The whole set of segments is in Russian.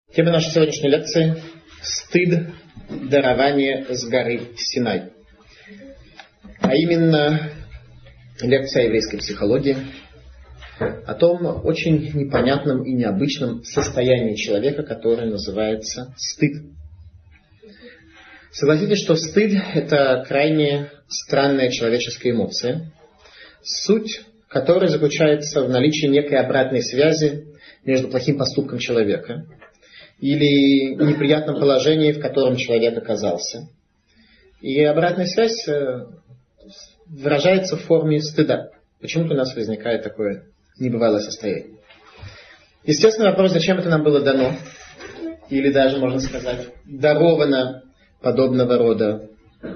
Тема нашей сегодняшней лекции – стыд дарования с горы Синай. А именно, лекция о еврейской психологии, о том очень непонятном и необычном состоянии человека, которое называется стыд. Согласитесь, что стыд – это крайне странная человеческая эмоция, суть которой заключается в наличии некой обратной связи между плохим поступком человека или неприятном положении, в котором человек оказался. И обратная связь выражается в форме стыда. Почему-то у нас возникает такое небывалое состояние. Естественно, вопрос, зачем это нам было дано, или даже, можно сказать, даровано подобного рода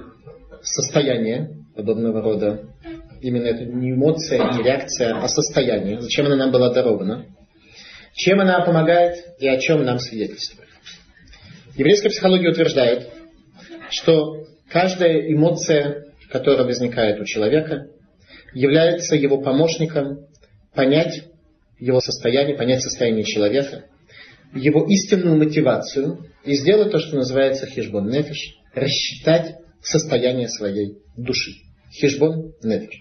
состояние, подобного рода, именно это не эмоция, не реакция, а состояние. Зачем она нам была дарована? Чем она помогает и о чем нам свидетельствует? Еврейская психология утверждает, что каждая эмоция, которая возникает у человека, является его помощником понять его состояние, понять состояние человека, его истинную мотивацию и сделать то, что называется хешбон нефеш, рассчитать состояние своей души. Хешбон нефеш.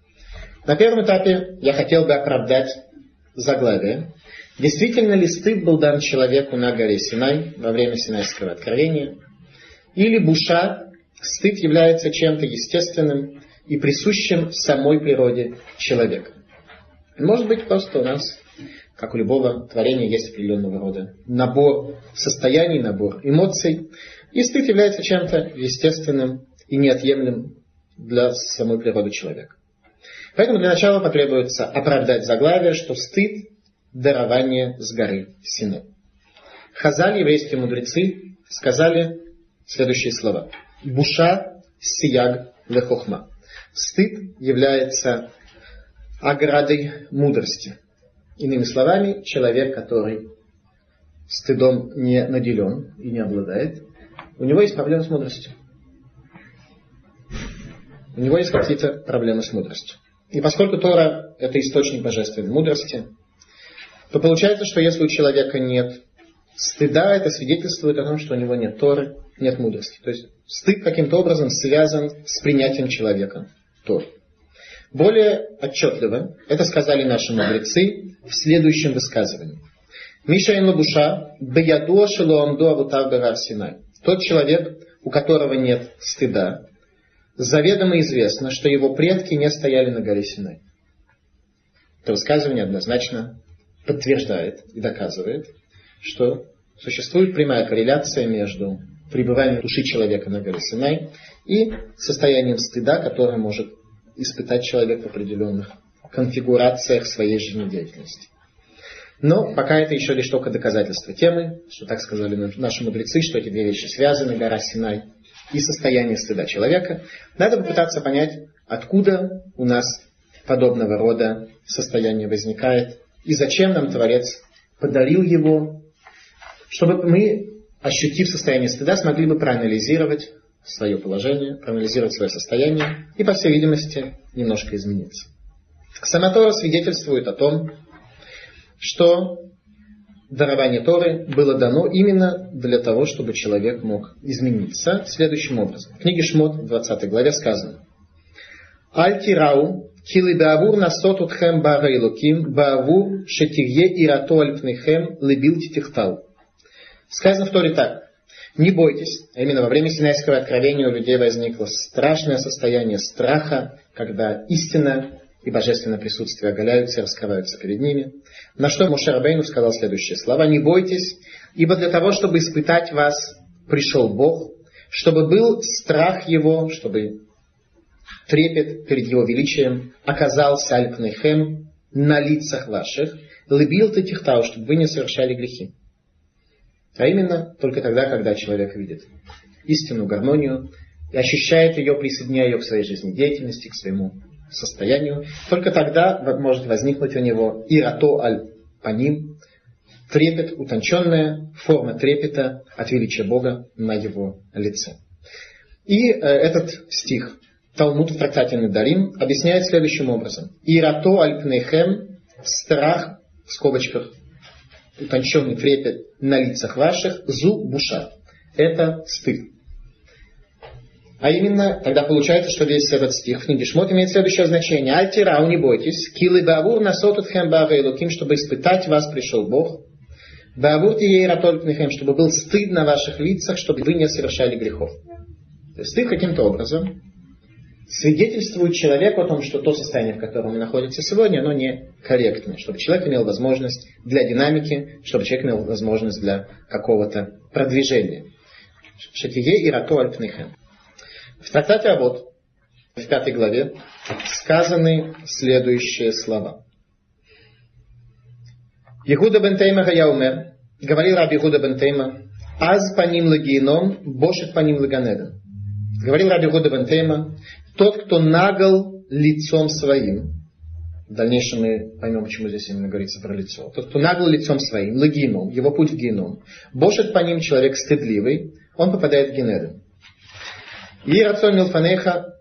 На первом этапе я хотел бы оправдать заглавие. Действительно ли стыд был дан человеку на горе Синай во время Синайского откровения? Или буша, стыд является чем-то естественным и присущим самой природе человека? Может быть, просто у нас, как у любого творения, есть определенного рода набор состояний, набор эмоций. И стыд является чем-то естественным и неотъемлемым для самой природы человека. Поэтому для начала потребуется оправдать заглавие, что стыд – дарование с горы Синай. Хазаль, еврейские мудрецы, сказали следующие слова. Буша сияг лехохма. Стыд является оградой мудрости. Иными словами, человек, который стыдом не наделен и не обладает, у него есть проблемы с мудростью. У него есть какие-то проблемы с мудростью. И поскольку Тора – это источник божественной мудрости, то получается, что если у человека нет стыда, это свидетельствует о том, что у него нет Торы, нет мудрости. То есть стыд каким-то образом связан с принятием человека Торы. Более отчетливо это сказали наши мудрецы в следующем высказывании. Мишаин лабуша беядуа шелоамду авутав берар Синай. Тот человек, у которого нет стыда, заведомо известно, что его предки не стояли на горе Синай. Это высказывание однозначно подтверждает и доказывает, что существует прямая корреляция между пребыванием души человека на горе Синай и состоянием стыда, которое может испытать человек в определенных конфигурациях своей жизнедеятельности. Но пока это еще лишь только доказательство темы, что так сказали наши мудрецы, что эти две вещи связаны, гора Синай и состояние стыда человека. Надо попытаться понять, откуда у нас подобного рода состояние возникает и зачем нам Творец подарил его, чтобы мы, ощутив состояние стыда, смогли бы проанализировать свое положение, проанализировать свое состояние и, по всей видимости, немножко измениться. Сама Тора свидетельствует о том, что дарование Торы было дано именно для того, чтобы человек мог измениться следующим образом. В книге Шмот, в 20 главе сказано: «Аль-тирау, кили баавур насот утхем баарей луким, баавур шетирье ирато альпнейхем лебил титихтал». Сказано в Торе так: «Не бойтесь». А именно во время Синайского откровения у людей возникло страшное состояние страха, когда истина и божественное присутствие оголяются и раскрываются перед ними. На что Моше Рабейну сказал следующие слова: «Не бойтесь, ибо для того, чтобы испытать вас, пришел Бог, чтобы был страх Его, чтобы трепет перед Его величием оказался альпнейхем на лицах ваших, лебил титихтау, чтобы вы не совершали грехи». А именно, только тогда, когда человек видит истинную гармонию и ощущает ее, присоединяя ее к своей жизнедеятельности, к своему состоянию, только тогда может возникнуть у него ирато аль-паним, трепет, утонченная форма трепета от величия Бога на его лице. И этот стих Талмуд в трактате Недарим объясняет следующим образом. Ирато аль-пнейхем, страх, в скобочках, утонченный трепет на лицах ваших, зу буша. Это стыд. А именно, тогда получается, что весь этот стих в книге Шмот имеет следующее значение. Аль-тирау, не бойтесь, килы бавур насотут хэм бавэ луким, чтобы испытать вас пришел Бог. Бавур тией ратоль пнихем, чтобы был стыд на ваших лицах, чтобы вы не совершали грехов. То есть стыд каким-то образом свидетельствует человеку о том, что то состояние, в котором он находится сегодня, оно некорректно. Чтобы человек имел возможность для динамики, чтобы человек имел возможность для какого-то продвижения. Шатие и рато альпнихем. В трактате Авот, в 5 главе, сказаны следующие слова. Егуда бен Тейма гаяумер, говорил Раби Егуда бен Тейма, аз паним легиеном, бошек паним леганеден. Говорил Раби Егуда бен Тейма, тот, кто нагл лицом своим, в дальнейшем мы поймем, почему здесь именно говорится про лицо. Тот, кто нагл лицом своим, легиеном, его путь в геном. Бошек паним, человек стыдливый, он попадает в Генеден. И рацон милфанеха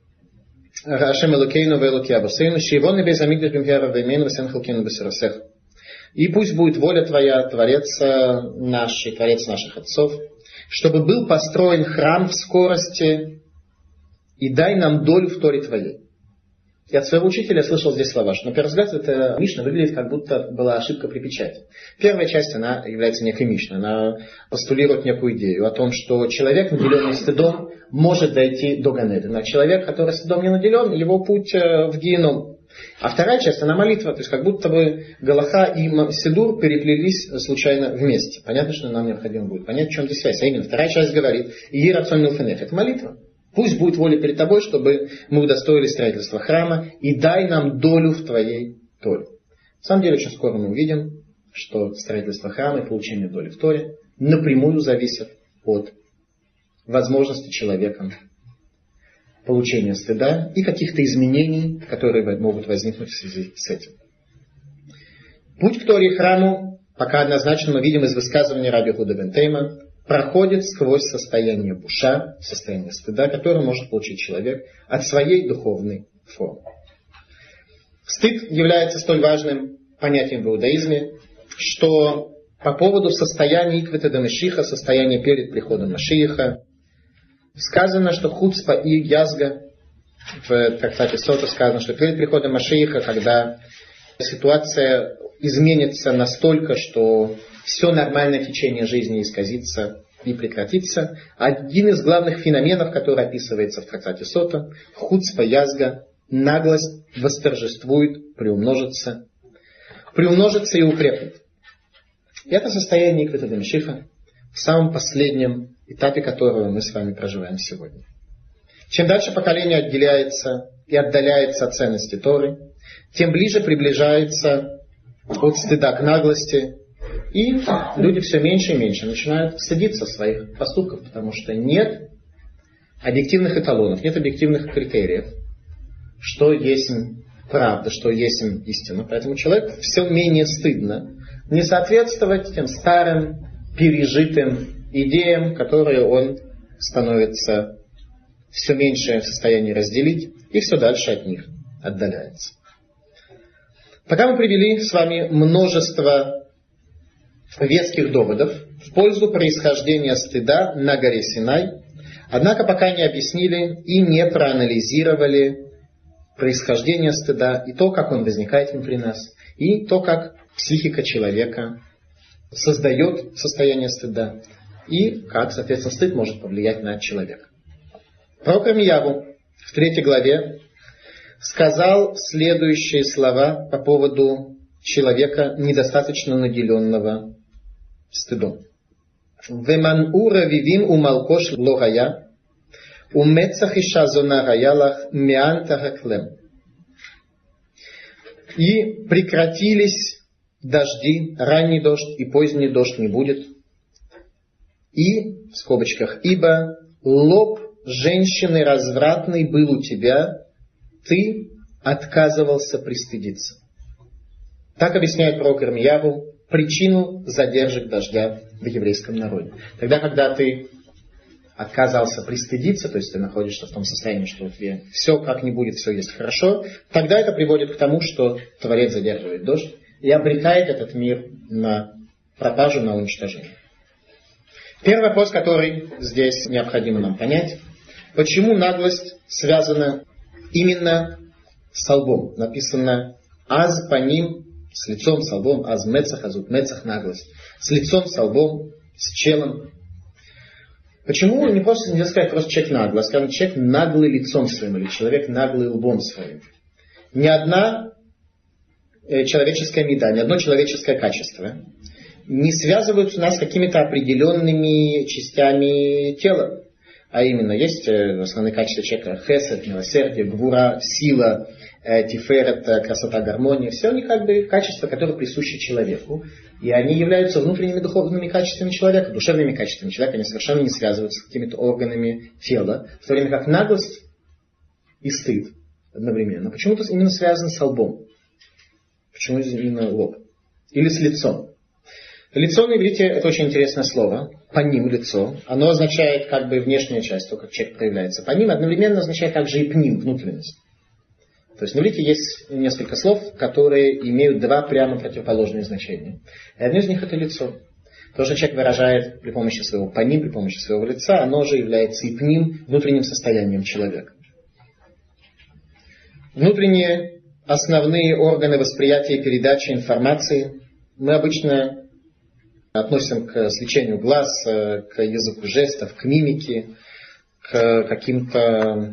Ашем Элокейну вэлоки абусейну шивон небес амигдаш бимхера веймейну весен халкейну бесерасех. И пусть будет воля Твоя, Творец наш и Творец наших отцов, чтобы был построен храм в скорости, и дай нам долю в Торе Твоей. И от своего учителя слышал здесь слова, что на первый взгляд эта Мишна выглядит, как будто была ошибка при печати. Первая часть, она является некой Мишной. Она постулирует некую идею о том, что человек, наделенный стыдом, может дойти до Ганедена. А человек, который стыдом не наделен, его путь в геном. А вторая часть, она молитва. То есть, как будто бы Галаха и Сидур переплелись случайно вместе. Понятно, что нам необходимо будет понять, в чем здесь связь. А именно, вторая часть говорит, «Иги рацон милфенех» — это молитва. Пусть будет воля перед тобой, чтобы мы удостоили строительства храма, и дай нам долю в Твоей Торе. На самом деле, очень скоро мы увидим, что строительство храма и получение доли в Торе напрямую зависят от возможности человека получения стыда и каких-то изменений, которые могут возникнуть в связи с этим. Путь к Торе и храму, пока однозначно мы видим из высказывания Раби Егуда бен Тейма, проходит сквозь состояние буша, состояние стыда, которое может получить человек от своей духовной формы. Стыд является столь важным понятием в иудаизме, что по поводу состояния иквета дамешиха, состояния перед приходом Машииха, сказано, что хуцпа и язга, в трактате Сота сказано, что перед приходом Машииха, когда ситуация изменится настолько, что все нормальное течение жизни исказится и прекратится, один из главных феноменов, который описывается в трактате Сота, хуцпа язга, наглость восторжествует, приумножится и укрепнет. И это состояние иквета дамешиха, в самом последнем этапе которого мы с вами проживаем сегодня. Чем дальше поколение отделяется и отдаляется от ценности Торы, тем ближе приближается от стыда к наглости, и люди все меньше и меньше начинают стыдиться своих поступков, потому что нет объективных эталонов, нет объективных критериев, что есть правда, что есть истина. Поэтому человеку все менее стыдно не соответствовать тем старым, пережитым идеям, которые он становится все меньше в состоянии разделить и все дальше от них отдаляется. Пока мы привели с вами множество веских доводов в пользу происхождения стыда на горе Синай, однако пока не объяснили и не проанализировали происхождение стыда и то, как он возникает внутри нас, и то, как психика человека создает состояние стыда, и как, соответственно, стыд может повлиять на человека. Пророк Ирмияву в 3 главе сказал следующие слова по поводу человека, недостаточно наделенного стыдом. «Веман'у равивим умалкош логая, умецах иша зона гаялах меан тагаклем». И прекратились дожди, ранний дождь и поздний дождь не будет. И, в скобочках, ибо лоб женщины развратный был у тебя, ты отказывался пристыдиться. Так объясняет пророк Ирмияву причину задержек дождя в еврейском народе. Тогда, когда ты отказался пристыдиться, то есть ты находишься в том состоянии, что у тебя все как не будет, все есть хорошо, тогда это приводит к тому, что Творец задерживает дождь и обрекает этот мир на пропажу, на уничтожение. Первый вопрос, который здесь необходимо нам понять. Почему наглость связана именно с лбом? Написано «аз по ним», с лицом, с лбом, «аз мецах», «азут мецах», наглость. С лицом, с лбом, с челом. Почему не просто нельзя сказать просто человек наглый, а скажем, человек наглый лицом своим, или человек наглый лбом своим? Ни одна человеческая меда, ни одно человеческое качество не связываются у нас с какими-то определенными частями тела. А именно, есть основные качества человека: хесед, милосердие, гвура, сила, тиферет, красота, гармония. Все они как бы качества, которые присущи человеку. И они являются внутренними духовными качествами человека, душевными качествами человека. Они совершенно не связываются с какими-то органами тела. В то время как наглость и стыд одновременно почему-то именно связаны с лбом. Почему именно лоб? Или с лицом? Лицо на иврите — это очень интересное слово. Паним — лицо. Оно означает как бы внешняя часть, то, как человек проявляется. Паним одновременно означает также и пним, внутренность. То есть на иврите есть несколько слов, которые имеют два прямо противоположные значения. И одно из них — это лицо. То, что человек выражает при помощи своего паним, при помощи своего лица, оно же является и пним, внутренним состоянием человека. Внутренние основные органы восприятия и передачи информации мы обычно относим к свечению глаз, к языку жестов, к мимике, к каким-то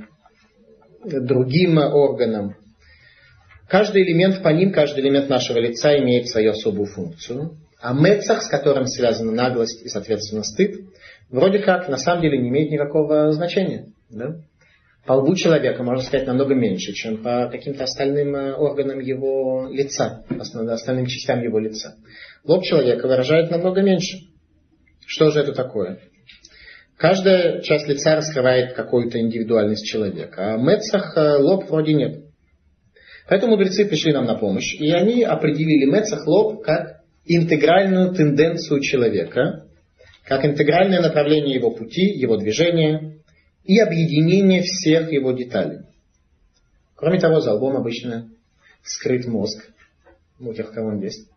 другим органам. Каждый элемент по ним, каждый элемент нашего лица имеет свою особую функцию. А мецах, с которым связана наглость и, соответственно, стыд, вроде как на самом деле не имеет никакого значения. Да? По лбу человека, можно сказать, намного меньше, чем по каким-то остальным органам его лица, остальным частям его лица. Лоб человека выражает намного меньше. Что же это такое? Каждая часть лица раскрывает какую-то индивидуальность человека, а в мецах лоб вроде нет. Поэтому мудрецы пришли нам на помощь, и они определили мецах, лоб, как интегральную тенденцию человека, как интегральное направление его пути, его движения и объединение всех его деталей. Кроме того, за лбом обычно скрыт мозг. У тех, кого он есть.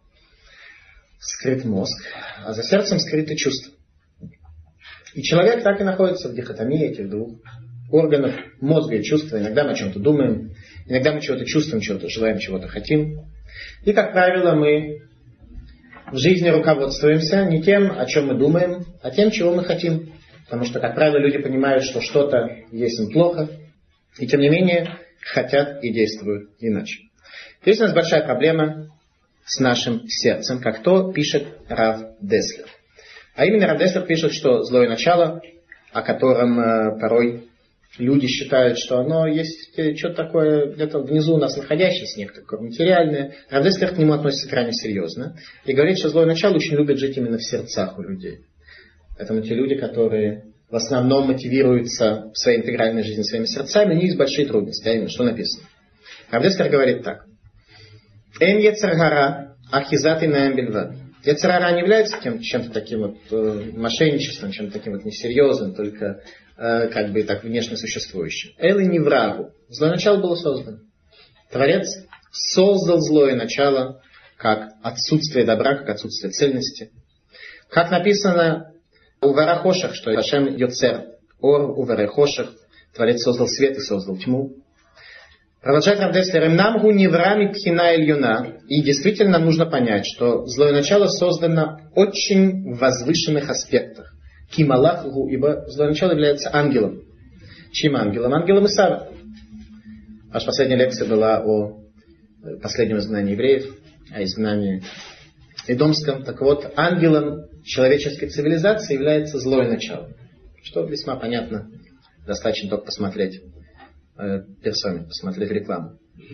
Скрыт мозг, а за сердцем скрыты чувства. И человек так и находится в дихотомии этих двух органов, мозга и чувства. Иногда мы о чем-то думаем, иногда мы чего-то чувствуем, чего-то желаем, чего-то хотим. И, как правило, мы в жизни руководствуемся не тем, о чем мы думаем, а тем, чего мы хотим. Потому что, как правило, люди понимают, что что-то есть им плохо, и тем не менее хотят и действуют иначе. Здесь у нас большая проблема с нашим сердцем, как то пишет Рав Деслер. А именно Рав Деслер пишет, что злое начало, о котором порой люди считают, что оно есть что-то такое где-то внизу у нас находящееся, некое такое материальное. Рав Деслер к нему относится крайне серьезно и говорит, что злое начало очень любит жить именно в сердцах у людей. Поэтому те люди, которые в основном мотивируются в своей интегральной жизни своими сердцами, у них есть большие трудности. А именно, что написано? Рав Деслер говорит так. Эн яцер гара ахизат инаем бельвад. Яцер гара не является чем-то таким вот мошенничеством, чем-то таким вот несерьезным, только как бы так внешне существующим. Элы не врагу. Злое начало было создано. Творец создал злое начало как отсутствие добра, как отсутствие цельности. Как написано у Варахошах, что Хашем Йоцер Ор у Варахошах, Творец создал свет и создал тьму. Продолжает Рав Деслер, нам гу неврами пхина ильюна. И действительно нам нужно понять, что злое начало создано очень в возвышенных аспектах. Кималах гу, ибо злое начало является ангелом. Чьим ангелом? Ангелом Исава. Наша последняя лекция была о последнем изгнании евреев, о изгнании Эдомском. Так вот, ангелом человеческой цивилизации является злое начало. Что весьма понятно. Достаточно только посмотреть персоне, посмотреть рекламу.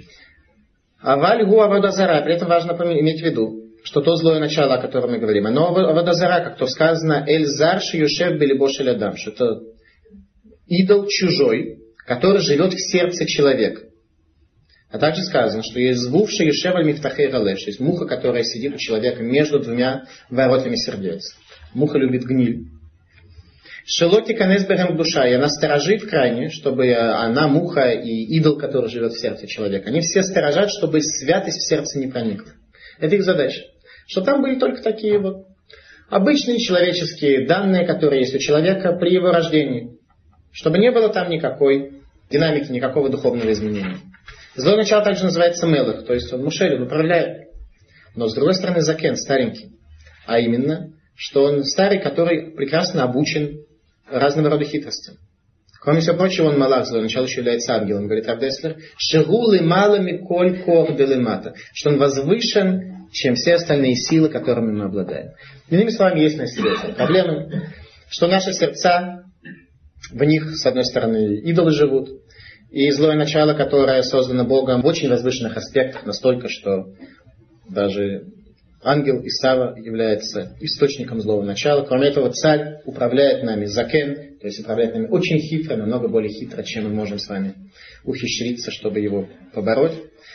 Аваль гу аводазара. При этом важно иметь в виду, что то злое начало, о котором мы говорим, оно аводазара, как то сказано, эль зар шиюшев белибош эль адам, что это идол чужой, который живет в сердце человека. А также сказано, что есть звук шиюшев аль мифтахей галеш, то есть муха, которая сидит у человека между двумя воротами сердец. Муха любит гниль. Шелоки канесберем душа, и она сторожит крайне, чтобы она, муха и идол, который живет в сердце человека, они все сторожат, чтобы святость в сердце не проникла. Это их задача. Что там были только такие вот Обычные человеческие данные, которые есть у человека при его рождении. Чтобы не было там никакой динамики, никакого духовного изменения. Злое начало также называется мелых, то есть он мушель, он управляет. Но с другой стороны закен, старенький. А именно, что он старый, который прекрасно обучен разного рода хитростям. Кроме всего прочего, он малах, злое начало еще является ангелом. Говорит Рав Деслер, шерулы малами коль кор делемата, что он возвышен, чем все остальные силы, которыми мы обладаем. Иными словами, есть на свете проблемы, что наши сердца, в них, с одной стороны, идолы живут, и злое начало, которое создано Богом в очень возвышенных аспектах, настолько, что даже ангел Исава является источником злого начала. Кроме этого, царь управляет нами закен, то есть управляет нами очень хитро, намного более хитро, чем мы можем с вами ухищриться, чтобы его побороть.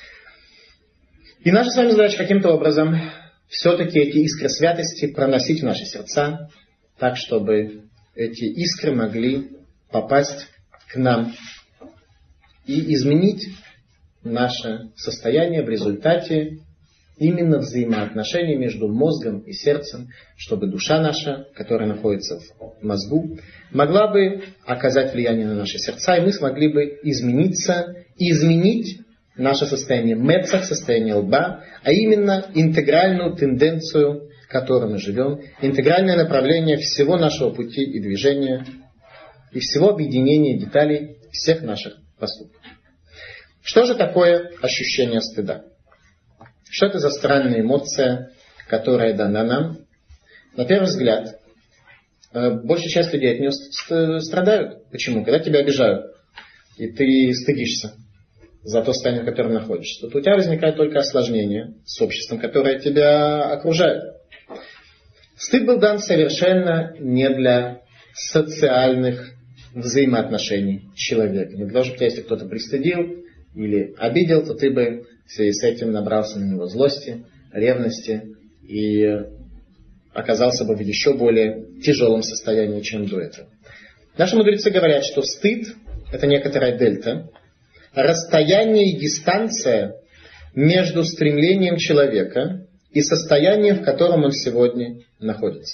И наша с вами задача каким-то образом все-таки эти искры святости проносить в наши сердца, так, чтобы эти искры могли попасть к нам и изменить наше состояние в результате именно взаимоотношений между мозгом и сердцем, чтобы душа наша, которая находится в мозгу, могла бы оказать влияние на наши сердца, и мы смогли бы измениться и изменить наше состояние мецах, состояние лба, а именно интегральную тенденцию, в которой мы живем, интегральное направление всего нашего пути и движения, и всего объединения деталей всех наших поступков. Что же такое ощущение стыда? Что это за странная эмоция, которая дана нам? На первый взгляд, большая часть людей от нее страдают. Почему? Когда тебя обижают, и ты стыдишься за то состояние, в котором находишься, то у тебя возникает только осложнение с обществом, которое тебя окружает. Стыд был дан совершенно не для социальных взаимоотношений человека. Не для того, чтобы тебя, если кто-то пристыдил или обидел, то ты бы в связи с этим набрался на него злости, ревности и оказался бы в еще более тяжелом состоянии, чем до этого. Наши мудрецы говорят, что стыд – это некоторая дельта, расстояние и дистанция между стремлением человека и состоянием, в котором он сегодня находится.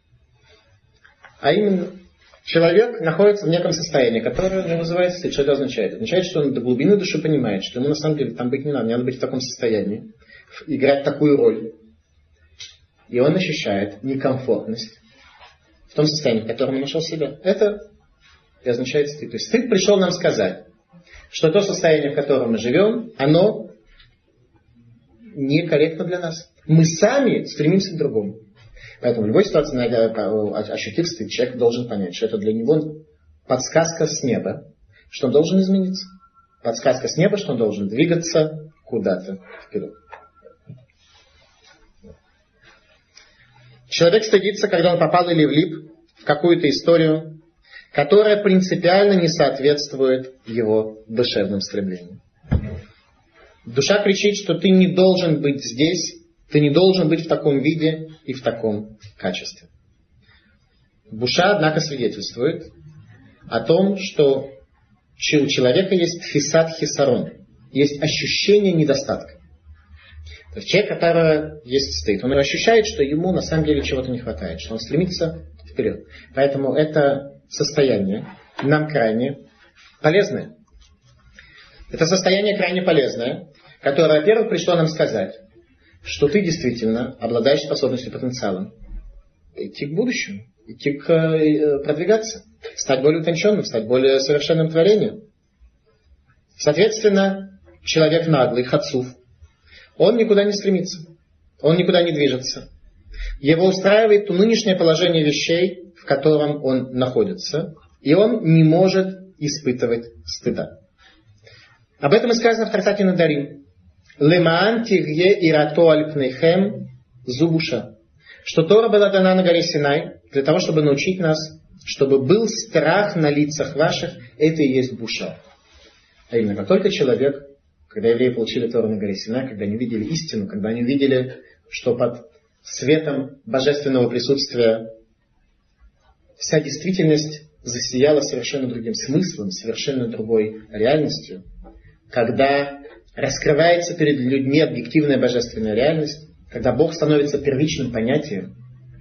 А именно, человек находится в неком состоянии, которое не вызывает стыд. Что это означает? Это означает, что он до глубины души понимает, что ему на самом деле там быть не надо. Не надо быть в таком состоянии, играть такую роль. И он ощущает некомфортность в том состоянии, в котором он нашел себя. Это и означает стыд. То есть стыд пришел нам сказать, что то состояние, в котором мы живем, оно некорректно для нас. Мы сами стремимся к другому. Поэтому в любой ситуации, ощутив стыд, человек должен понять, что это для него подсказка с неба, что он должен измениться. Подсказка с неба, что он должен двигаться куда-то вперед. Человек стыдится, когда он попал или влип в какую-то историю, которая принципиально не соответствует его душевным стремлениям. Душа кричит, что ты не должен быть здесь, ты не должен быть в таком виде и в таком качестве. Душа, однако, свидетельствует о том, что у человека есть тфисат хисарон, есть ощущение недостатка. То есть человек, у которого есть стыд, он ощущает, что ему на самом деле чего-то не хватает, что он стремится вперед. Поэтому это состояние нам крайне полезное. Это состояние крайне полезное, которое, во-первых, пришло нам сказать, что ты действительно обладаешь способностью, потенциалом идти к будущему, продвигаться, стать более утонченным, стать более совершенным творением. Соответственно, человек наглый, хацуф, он никуда не стремится, он никуда не движется. Его устраивает то нынешнее положение вещей, в котором он находится, и он не может испытывать стыда. Об этом и сказано в трактате Надарим. Лемаан тирье ирато аль пнейхем зубуша. Что Тора была дана на горе Синай для того, чтобы научить нас, чтобы был страх на лицах ваших, это и есть буша. А именно, как только человек, когда евреи получили Тору на горе Синай, когда они увидели истину, когда они увидели, что под светом божественного присутствия вся действительность засияла совершенно другим смыслом, совершенно другой реальностью, когда раскрывается перед людьми объективная божественная реальность, когда Бог становится первичным понятием,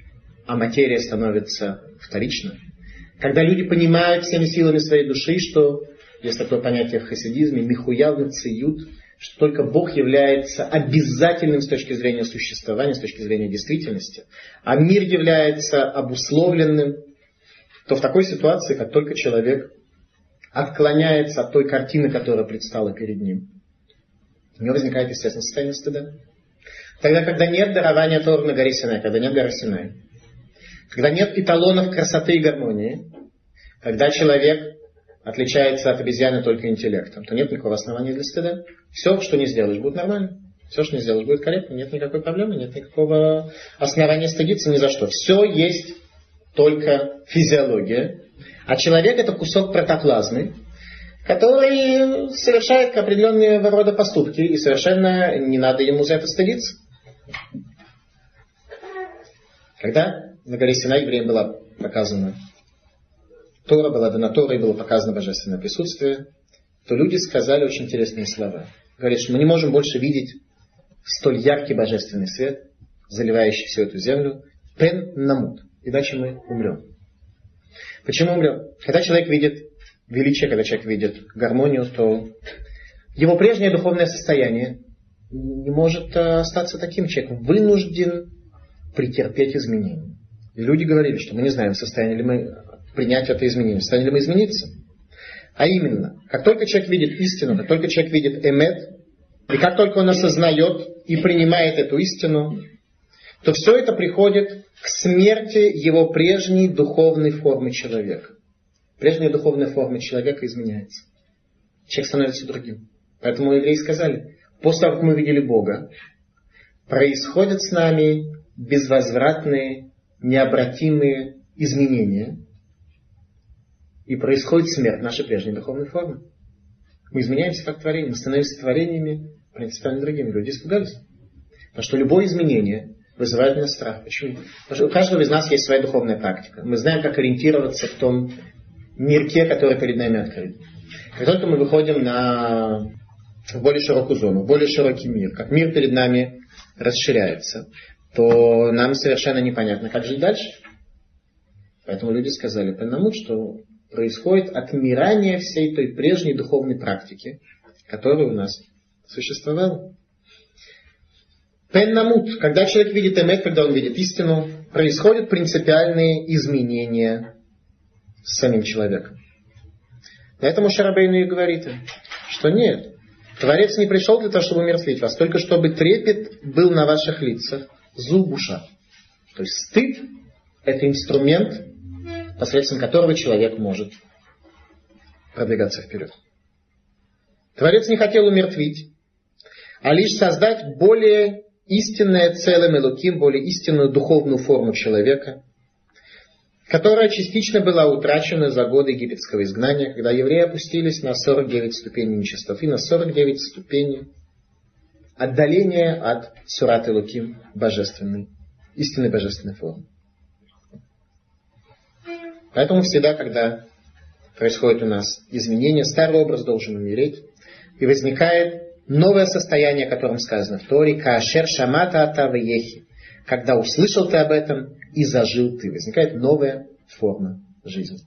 а материя становится вторичной. Когда люди понимают всеми силами своей души, что есть такое понятие в хасидизме, михуял мециют, что только Бог является обязательным с точки зрения существования, с точки зрения действительности, а мир является обусловленным, то в такой ситуации, как только человек отклоняется от той картины, которая предстала перед ним, у него возникает естественное состояние стыда. Тогда, когда нет дарования Торы на горе Синай, когда нет горы Синай, когда нет эталонов красоты и гармонии, когда человек отличается от обезьяны только интеллектом, то нет никакого основания для стыда. Все, что не сделаешь, будет нормально. Все, что не сделаешь, будет корректно. Нет никакой проблемы, нет никакого основания стыдиться ни за что. Все есть только физиология. А человек — это кусок протоплазмы, который совершает определенные рода поступки, и совершенно не надо ему за это стыдиться. Когда на горе Синай евреям была показана Тора, была дана Тора и было показано божественное присутствие, то люди сказали очень интересные слова. Говорят, что мы не можем больше видеть столь яркий божественный свет, заливающий всю эту землю. Пен намут. Иначе мы умрем. Почему умрем? Когда человек видит величие, когда человек видит гармонию, то его прежнее духовное состояние не может остаться таким. Человек вынужден претерпеть изменения. И люди говорили, что мы не знаем, в состоянии ли мы принять это изменение, в состоянии ли мы измениться. А именно, как только человек видит истину, как только человек видит эмет, и как только он осознает и принимает эту истину, то все это приходит к смерти его прежней духовной формы человека. Прежняя духовная форма человека изменяется. Человек становится другим. Поэтому евреи сказали, после того, как мы видели Бога, происходят с нами безвозвратные, необратимые изменения, и происходит смерть нашей прежней духовной формы. Мы изменяемся как творение, мы становимся творениями принципиально другими. Люди испугались. Потому что любое изменение вызывает у нас страх. Почему? Потому что у каждого из нас есть своя духовная практика. Мы знаем, как ориентироваться в том мирке, который перед нами открыт. Как только мы выходим в более широкую зону, в более широкий мир, как мир перед нами расширяется, то нам совершенно непонятно, как жить дальше. Поэтому люди сказали потому, что происходит отмирание всей той прежней духовной практики, которая у нас существовала. Пеннамут, когда человек видит эмет, когда он видит истину, происходят принципиальные изменения с самим человеком. Поэтому Моше Рабейну и говорит, что нет, Творец не пришел для того, чтобы умертвить вас, только чтобы трепет был на ваших лицах, зубуша. То есть стыд — это инструмент, посредством которого человек может продвигаться вперед. Творец не хотел умертвить, а лишь создать более истинное целым элоким, более истинную духовную форму человека, которая частично была утрачена за годы египетского изгнания, когда евреи опустились на 49 ступеней нечистоты, на 49 ступеней отдаления от Сурат Элоким, божественной, истинной божественной формы. Поэтому всегда, когда происходит у нас изменение, старый образ должен умереть, и возникает новое состояние, о котором сказано в Торе, «Каашер шамата ата веехи», когда услышал ты об этом и зажил ты. Возникает новая форма жизни.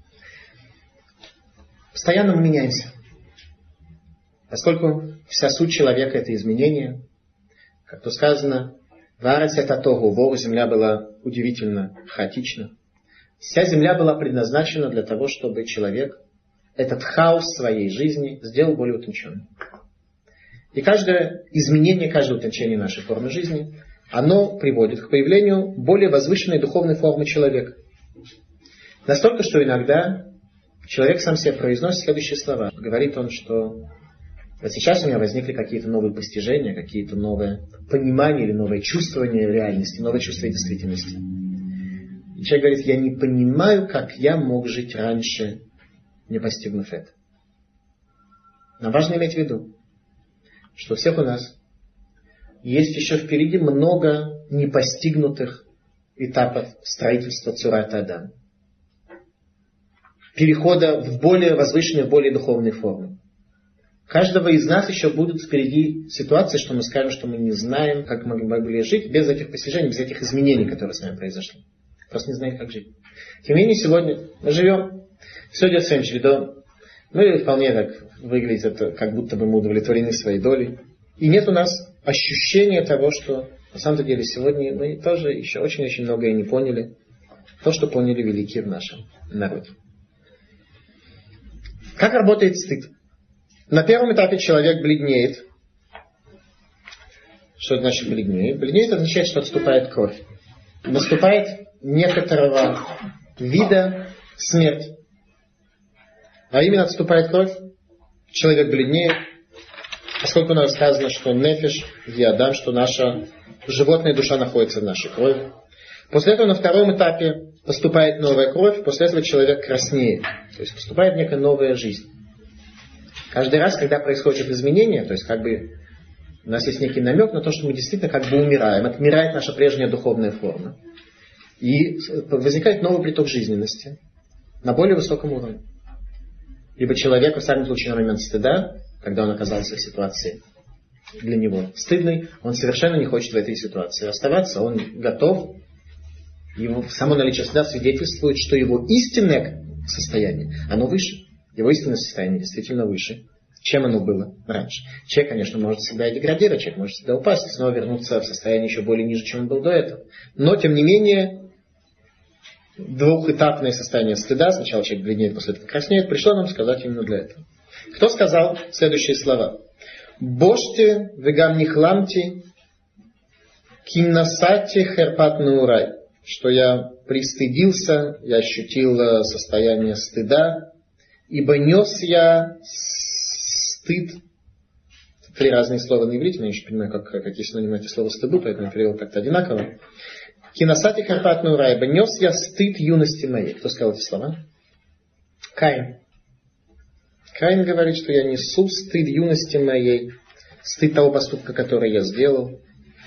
Постоянно мы меняемся. Поскольку вся суть человека — это изменение, как то сказано, «Ваарец это тогу», Богу земля была удивительно хаотична. Вся земля была предназначена для того, чтобы человек этот хаос своей жизни сделал более утонченным. И каждое изменение, каждое утончение нашей формы жизни, оно приводит к появлению более возвышенной духовной формы человека. Настолько, что иногда человек сам себе произносит следующие слова. Говорит он, что вот сейчас у меня возникли какие-то новые постижения, какие-то новые понимания или новые чувствования реальности, новое чувство действительности. И человек говорит, я не понимаю, как я мог жить раньше, не постигнув это. Но важно иметь в виду, что у всех у нас есть еще впереди много непостигнутых этапов строительства Цурат Адам. Перехода в более возвышенные, в более духовные формы. Каждого из нас еще будут впереди ситуации, что мы скажем, что мы не знаем, как мы могли жить без этих постижений, без этих изменений, которые с нами произошли. просто не знает, как жить. Тем не менее, сегодня мы живем, все идет своим чередом. Мы вполне так выглядит, как будто бы мы удовлетворены своей долей. И нет у нас ощущения того, что на самом деле сегодня мы тоже еще очень-очень многое не поняли. То, что поняли великие в нашем народе. Как работает стыд? На первом этапе человек бледнеет. Что это значит бледнеет? Бледнеет означает, что отступает кровь. Наступает некоторого вида смерть. А именно отступает кровь. Человек бледнеет. Поскольку у нас сказано, что нефиш, адам, что наша животная душа находится в нашей крови. После этого на втором этапе поступает новая кровь, после этого человек краснеет. То есть поступает некая новая жизнь. Каждый раз, когда происходит изменение, то есть как бы у нас есть некий намек на то, что мы действительно как бы умираем. Отмирает наша прежняя духовная форма. И возникает новый приток жизненности на более высоком уровне. Либо человек, в самом случае, на момент стыда, когда он оказался в ситуации для него стыдной, он совершенно не хочет в этой ситуации оставаться, он готов. Его само наличие стыда свидетельствует, что его истинное состояние, оно выше. Его истинное состояние действительно выше, чем оно было раньше. Человек, конечно, может всегда и деградировать, человек может всегда упасть и снова вернуться в состояние еще более ниже, чем он был до этого. Но, тем не менее, двухэтапное состояние стыда, сначала человек бледнеет, после этого краснеет, пришло нам сказать именно для этого. Кто сказал следующие слова? «Боште вегам нихламти киннасати херпат нурай», что я пристыдился, я ощутил состояние стыда, ибо нес я стыд. 3 разные слова на иврите, но я еще понимаю, какие синонимы эти слова стыду, поэтому я перевел как-то одинаково. Кинасати харпат нурай, ибо нес я стыд юности моей. Кто сказал эти слова? Каин. Каин говорит, что я несу стыд юности моей, стыд того поступка, который я сделал.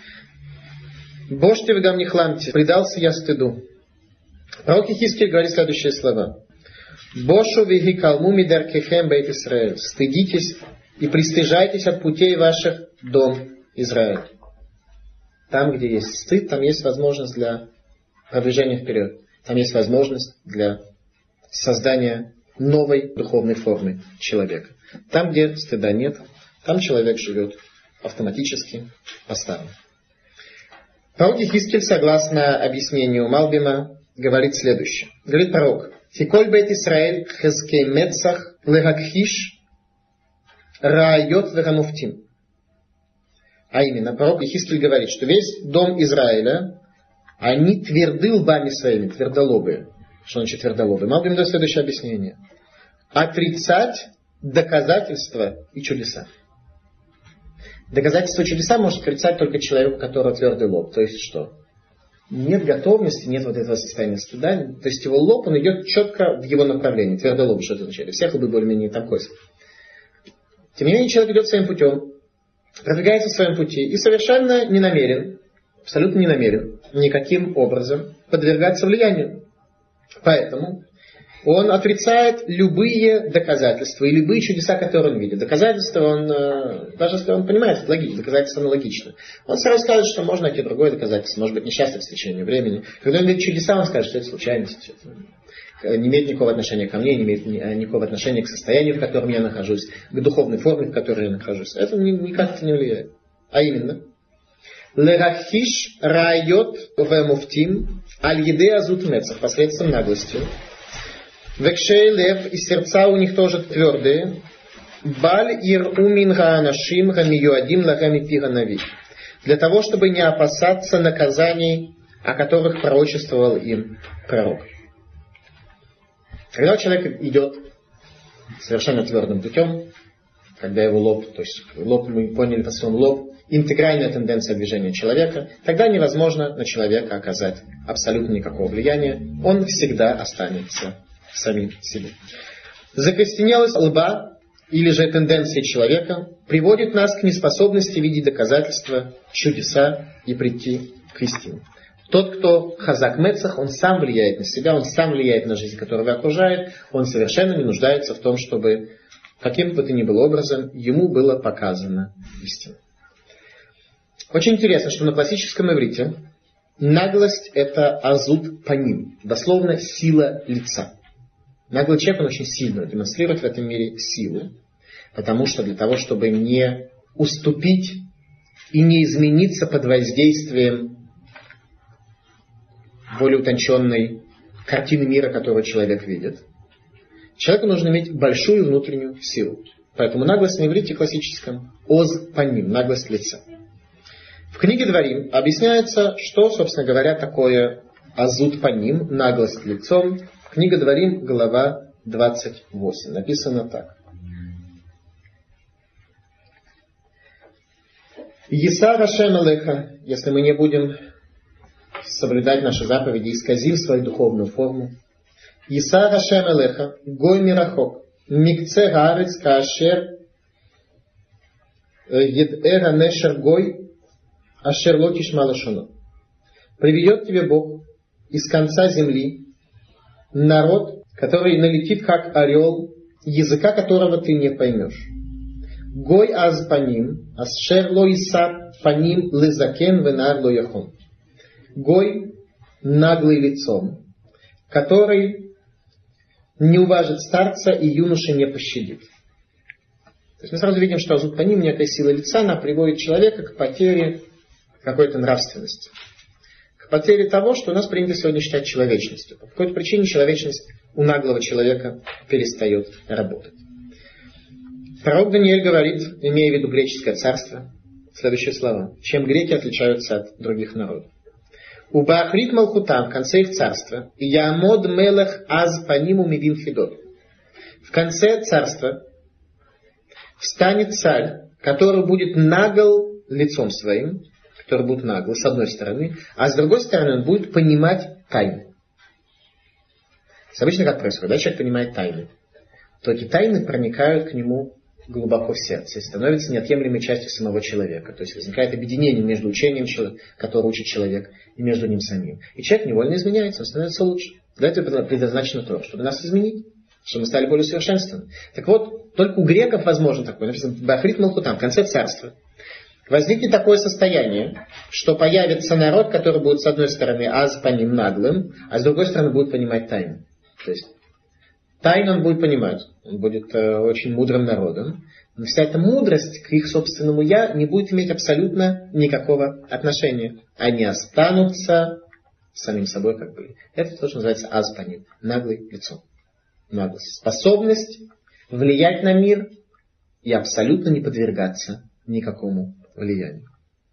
Боште вегам нихламти, предался я стыду. Пророк Ихискель говорит следующие слова. Бошу веги калму мидаркехем бейт Исраэль. Стыдитесь и пристыжайтесь от путей ваших, дом Израиль. Там, где есть стыд, там есть возможность для продвижения вперед. Там есть возможность для создания новой духовной формы человека. Там, где стыда нет, там человек живет автоматически, по-старому. Пророк Ихискель, согласно объяснению Малбима, говорит следующее. Говорит пророк. Фиколь бейт Исраэль хескей мецах легакхиш раайот верамуфтим. А именно, пророк Ихискель говорит, что весь дом Израиля, они тверды лбами своими, твердолобые. Что значит твердолобые? Малбим дает следующее объяснение. Отрицать доказательства и чудеса. Доказательства чудеса может отрицать только человек, у которого твердый лоб. То есть что? Нет готовности, нет вот этого состояния стыда. То есть его лоб, он идет четко в его направлении. Твердый лоб, что это означает? Всех лбы более-менее там косят. Тем не менее, человек идет своим путем, продвигается в своем пути и совершенно не намерен, абсолютно не намерен никаким образом подвергаться влиянию. Поэтому он отрицает любые доказательства и любые чудеса, которые он видит. Доказательства, он, даже если он понимает, это логично, доказательства аналогичны. Он сразу скажет, что можно найти другое доказательство, может быть, несчастье в течение времени. Когда он видит чудеса, он скажет, что это случайность. Это не имеет никакого отношения ко мне, не имеет никакого отношения к состоянию, в котором я нахожусь, к духовной форме, в которой я нахожусь. Это никак не влияет. А именно, лерахиш райот вемуфтим аль-еде азут мецах, посредством наглости. Векшей лев, и сердца у них тоже твердые. Баль ир умин гаанашим гамиюадим лагами пиганави. Для того, чтобы не опасаться наказаний, о которых пророчествовал им пророк. Когда человек идет совершенно твердым путем, когда его лоб, то есть лоб, мы поняли по своему лоб, интегральная тенденция движения человека, тогда невозможно на человека оказать абсолютно никакого влияния. Он всегда останется самим себе. Закостенелость лба или же тенденции человека приводит нас к неспособности видеть доказательства, чудеса и прийти к истине. Тот, кто хазак мецах, он сам влияет на себя, он сам влияет на жизнь, которая его окружает, он совершенно не нуждается в том, чтобы каким бы то ни было образом ему было показано истина. Очень интересно, что на классическом иврите Наглость – это азут паним, дословно сила лица. Наглый человек, он очень сильно демонстрирует в этом мире силу, потому что для того, чтобы не уступить и не измениться под воздействием более утонченной картины мира, которую человек видит, человеку нужно иметь большую внутреннюю силу. Поэтому наглость на иврите классическом оз паним, наглость лица. В книге Дворим объясняется, что, собственно говоря, такое азут паним, наглость лицом. Книга Дворим, глава 28. Написано так. Есар Ашем Алеха, если мы не будем соблюдать наши заповеди, исказим свою духовную форму. Есар Ашем Алеха, гой мирахок, микце гарец каашер, едэр анешер гой, ашер лотиш малашуно. Приведет тебе Бог из конца земли народ, который налетит как орел, языка которого ты не поймешь. Гой аз паним, асшер ло иса паним лезакен венар ло яхон. Гой наглый лицом, который не уважит старца и юноши не пощадит. То есть мы сразу видим, что азут паним, некая сила лица, она приводит человека к потере какой-то нравственности. К потере того, что у нас принято сегодня считать человечностью. По какой-то причине человечность у наглого человека перестает работать. Пророк Даниэль говорит, имея в виду греческое царство, следующие слова. Чем греки отличаются от других народов. У Баахрит Малхутам, в конце их царства, и Яамод Мелех Аз Паниму Мивин Хидот. В конце царства встанет царь, который будет нагл лицом своим, который будет наглый, с одной стороны, а с другой стороны он будет понимать тайны. Обычно как происходит, да, человек понимает тайны, то эти тайны проникают к нему глубоко в сердце и становятся неотъемлемой частью самого человека. То есть возникает объединение между учением, которое учит человек, и между ним самим. И человек невольно изменяется, он становится лучше. Для этого предназначено то, чтобы нас изменить, чтобы мы стали более совершенственными. Так вот, только у греков возможно такое. Написано Баахрит Малхутам, в конце царства. Возникнет такое состояние, что появится народ, который будет с одной стороны аз по ним наглым, а с другой стороны будет понимать тайну. То есть тайну он будет понимать, он будет очень мудрым народом, но вся эта мудрость к их собственному «я» не будет иметь абсолютно никакого отношения. Они останутся самим собой, как были. Это то, что называется аз по ним, наглый лицом. Наглость. Способность влиять на мир и абсолютно не подвергаться никакому влиянию.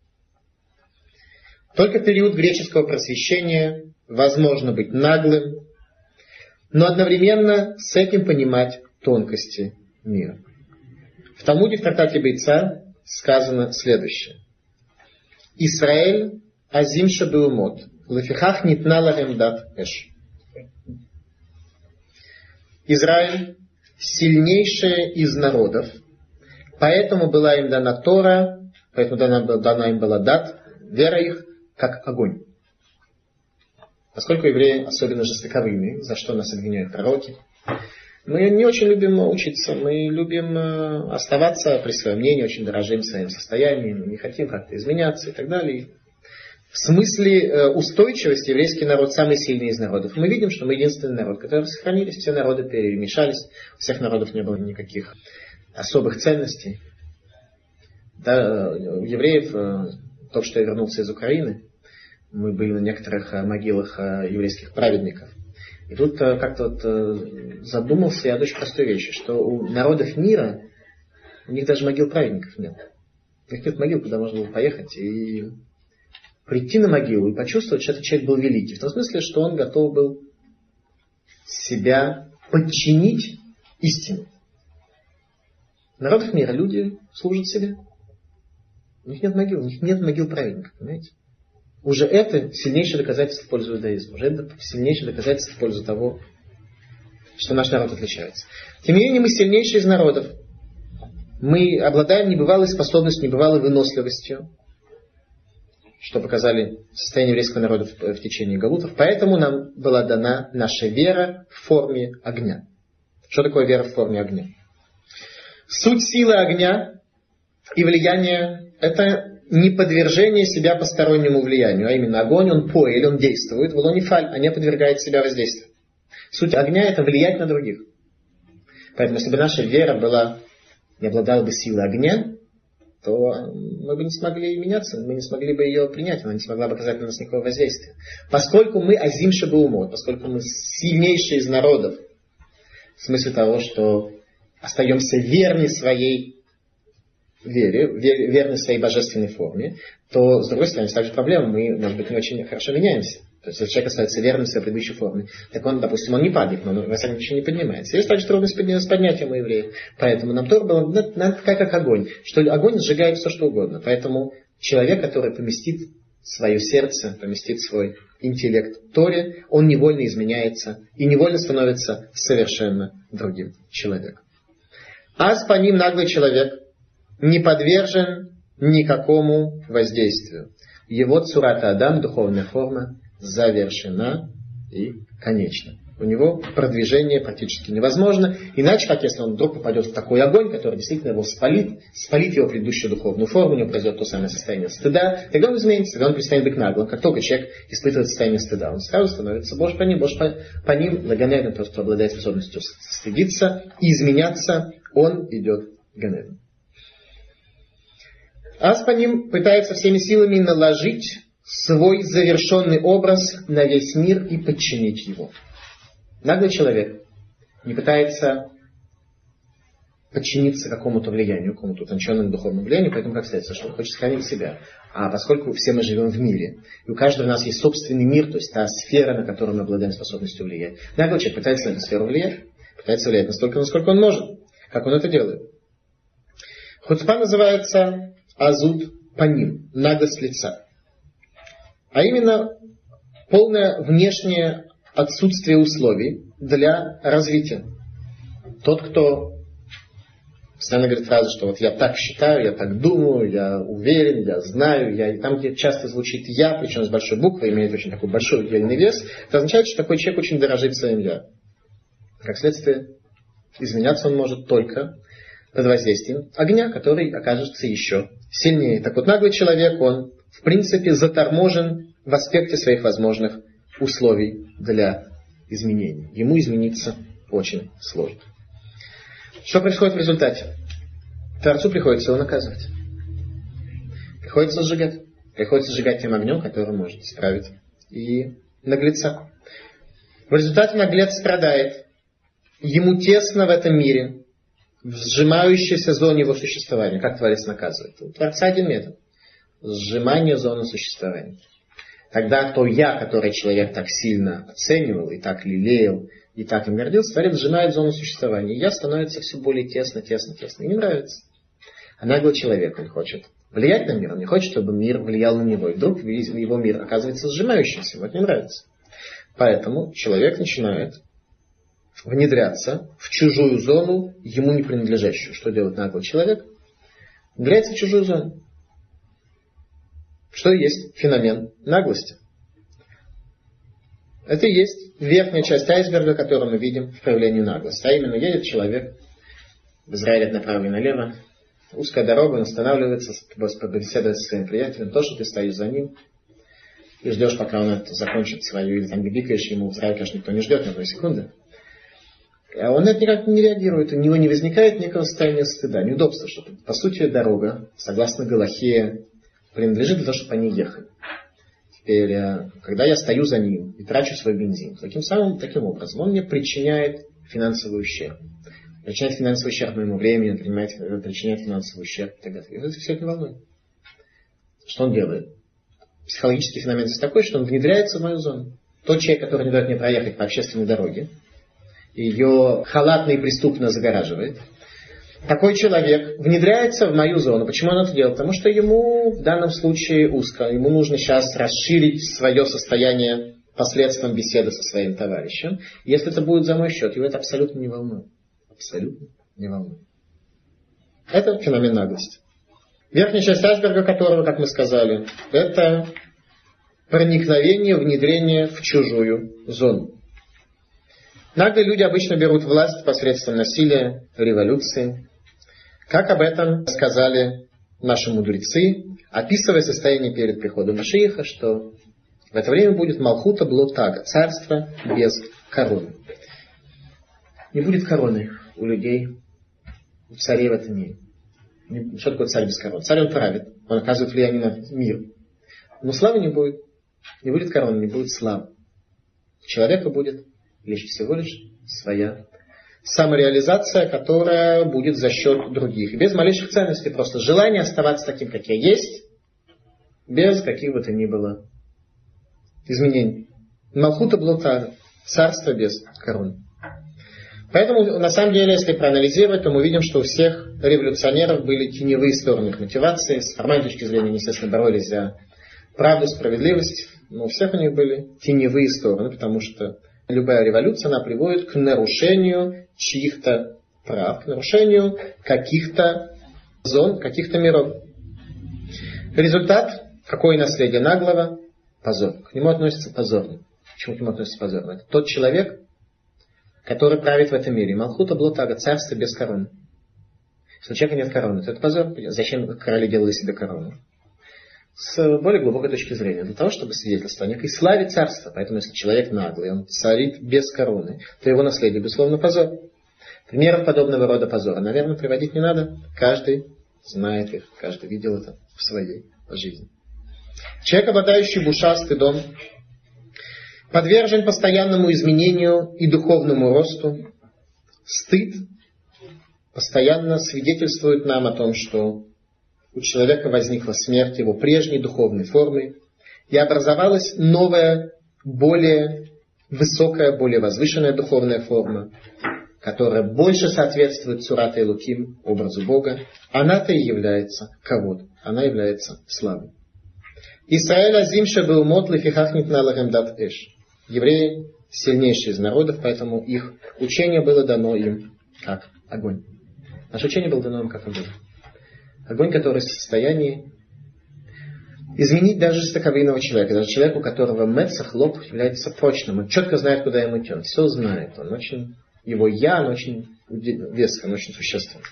Только в период греческого просвещения возможно быть наглым, но одновременно с этим понимать тонкости мира. В Талмуде в трактате Бейца сказано следующее. Исраэль азим шабеумот, лефихах нитна лахем дат эш. Израиль сильнейший из народов, поэтому была им дана Тора, поэтому дана им была дат, вера их как огонь. Поскольку евреи особенно жестоковыми, за что нас обвиняют пророки, мы не очень любим учиться, мы любим оставаться при своем мнении, очень дорожим своим состоянием, не хотим как-то изменяться и так далее. В смысле устойчивости еврейский народ самый сильный из народов. Мы видим, что мы единственный народ, который сохранились, все народы перемешались, у всех народов не было никаких особых ценностей. Да, у евреев, только что я вернулся из Украины, мы были на некоторых могилах еврейских праведников. И тут как-то задумался я о очень простой вещи, что у народов мира, у них даже могил праведников нет. У них нет могил, куда можно было поехать и прийти на могилу и почувствовать, что этот человек был великий. В том смысле, что он готов был себя подчинить истине. В народах мира люди служат себе. У них нет могил, у них нет могил праведников, понимаете? Уже это сильнейшее доказательство в пользу иудаизма. Уже это сильнейшее доказательство в пользу того, что наш народ отличается. Тем не менее, мы сильнейшие из народов. Мы обладаем небывалой способностью, небывалой выносливостью, что показали состояние еврейского народа в течение галутов. Поэтому нам была дана наша вера в форме огня. Что такое вера в форме огня? Суть силы огня и влияния — это неподвержение себя постороннему влиянию, а именно огонь, он поэль, он действует, в лонифаль, а не подвергает себя воздействию. Суть огня – это влиять на других. Поэтому, если бы наша вера не обладала бы силой огня, то мы бы не смогли меняться, мы не смогли бы ее принять, она не смогла бы оказать на нас никакого воздействия. Поскольку мы азим шебеумот, поскольку мы сильнейшие из народов, в смысле того, что остаемся верны своей вере, верны своей божественной форме, то, с другой стороны, есть также проблема, мы, может быть, не очень хорошо меняемся. То есть, если человек остается верным своей предыдущей форме, так он, допустим, он не падает, но он, во всяком случае, не поднимается. Есть также трудность с поднятием у евреев. Поэтому нам Тора была такая, как огонь, что огонь сжигает все, что угодно. Поэтому человек, который поместит свое сердце, поместит свой интеллект в Торе, он невольно изменяется и невольно становится совершенно другим человеком. Аз по ним наглый человек не подвержен никакому воздействию. Его цурата Адам, духовная форма, завершена и конечна. У него продвижение практически невозможно. Иначе, как если он вдруг попадет в такой огонь, который действительно его спалит его предыдущую духовную форму, у него произойдет то самое состояние стыда, тогда он изменится, тогда он перестанет быть наглым. Как только человек испытывает состояние стыда, он сразу становится Бож по ним, Ганеден, тот, кто обладает способностью стыдиться и изменяться, он идет Ганеден. Аз по ним пытается всеми силами наложить свой завершенный образ на весь мир и подчинить его. Наглый человек не пытается подчиниться какому-то влиянию, какому-то утонченному духовному влиянию, поэтому как следствие, что он хочет сохранить себя. А поскольку все мы живем в мире, и у каждого у нас есть собственный мир, то есть та сфера, на которую мы обладаем способностью влиять, наглый человек пытается на эту сферу влиять, пытается влиять настолько, насколько он может. Как он это делает? Хуцпа называется азут паним, наглость лица. А именно полное внешнее отсутствие условий для развития. Тот, кто постоянно говорит фразу, что вот я так считаю, я так думаю, я уверен, я знаю, и там, где часто звучит «я», причем с большой буквы, имеет очень такой большой удельный вес, это означает, что такой человек очень дорожит своим «я». Как следствие, изменяться он может только под воздействием огня, который окажется еще сильнее. Так вот, наглый человек, он в принципе заторможен в аспекте своих возможных условий для изменений. Ему измениться очень сложно. Что происходит в результате? Творцу приходится его наказывать. Приходится сжигать. Приходится сжигать тем огнем, который может исправить и наглеца. В результате наглец страдает. Ему тесно в этом мире, в сжимающейся зоне его существования. Как Творец наказывает? У Творца один метод. Сжимание зоны существования. Тогда то «я», которое человек так сильно оценивал, и так лелеял, и так им гордился, Творец сжимает зону существования. И «я» становится все более тесно. И не нравится. А наглый человек, он хочет влиять на мир, он не хочет, чтобы мир влиял на него. И вдруг его мир оказывается сжимающимся, ему это не нравится. Поэтому человек начинает внедряться в чужую зону, ему не принадлежащую. Что делает наглый человек? Внедряется в чужую зону. Что есть феномен наглости? Это и есть верхняя часть айсберга, которую мы видим в проявлении наглости. А именно, едет человек, в Израиле направо и налево, узкая дорога, он останавливается, побеседует со своим приятелем, то, что ты стоишь за ним, и ждешь, пока он это закончит свою, или там бибикаешь ему, в Израиле, конечно, никто не ждет ни одной секунды. А он это никак не реагирует, у него не возникает никакого состояния стыда, неудобства, что по сути дорога, согласно Галахе, принадлежит для того, чтобы они ехали. Теперь, когда я стою за ним и трачу свой бензин, таким образом он мне причиняет финансовый ущерб. Причиняет финансовый ущерб моему времени, причиняет финансовый ущерб и так далее. И это все это не волнует. Что он делает? Психологический феномен здесь такой, что он внедряется в мою зону. Тот человек, который не дает мне проехать по общественной дороге, ее халатно и преступно загораживает, такой человек внедряется в мою зону. Почему он это делает? Потому что ему в данном случае узко. Ему нужно сейчас расширить свое состояние посредством беседы со своим товарищем. Если это будет за мой счет, его это абсолютно не волнует. Абсолютно не волнует. Это феномен наглости. Верхняя часть айсберга которого, как мы сказали, это проникновение, внедрение в чужую зону. Наглые люди обычно берут власть посредством насилия, революции. Как об этом сказали наши мудрецы, описывая состояние перед приходом Машиаха, что в это время будет Малхута Блотага, царство без короны. Не будет короны у людей, у царей в этом мире. Что такое царь без короны? Царь он правит, он оказывает влияние на мир. Но славы не будет. Не будет короны, не будет славы. У человека будет лишь всего лишь своя самореализация, которая будет за счет других. Без малейших ценностей, просто желание оставаться таким, как я есть, без каких бы то ни было изменений. Малхута Блотага, царство без короны. Поэтому, на самом деле, если проанализировать, то мы видим, что у всех революционеров были теневые стороны их мотивации. С формальной точки зрения, они, естественно, боролись за правду, справедливость. Но у всех у них были теневые стороны, потому что любая революция, она приводит к нарушению чьих-то прав, к нарушению каких-то зон, каких-то миров. Результат, какое наследие наглого? Позор. К нему относится позорно. Почему к нему относится позорно? Это тот человек, который правит в этом мире. Малхута Блотага, царство без короны. Если у человека нет короны, то это позор. Зачем короли делали себе корону? С более глубокой точки зрения. Для того, чтобы свидетельствовать о некой славе царства. Поэтому, если человек наглый, он царит без короны, то его наследие, безусловно, позор. Примеров подобного рода позора, наверное, приводить не надо. Каждый знает их, каждый видел это в своей жизни. Человек, обладающий буша, стыдом, подвержен постоянному изменению и духовному росту. Стыд постоянно свидетельствует нам о том, что у человека возникла смерть его прежней духовной формы и образовалась новая, более высокая, более возвышенная духовная форма, которая больше соответствует Цурат Элоким, образу Бога. Она-то и является кавод, она является славой. Исраэль азим шебе умот лефихах нитна лахем дат эш. Евреи сильнейшие из народов, поэтому их учение было дано им как огонь. Наше учение было дано им как огонь. Огонь, который в состоянии изменить даже жестоковыйного человека. Даже человека, у которого мецах, лоб является прочным. Он четко знает, куда ему идти. Он все знает. Он очень, его я, он очень веско, он очень существенный.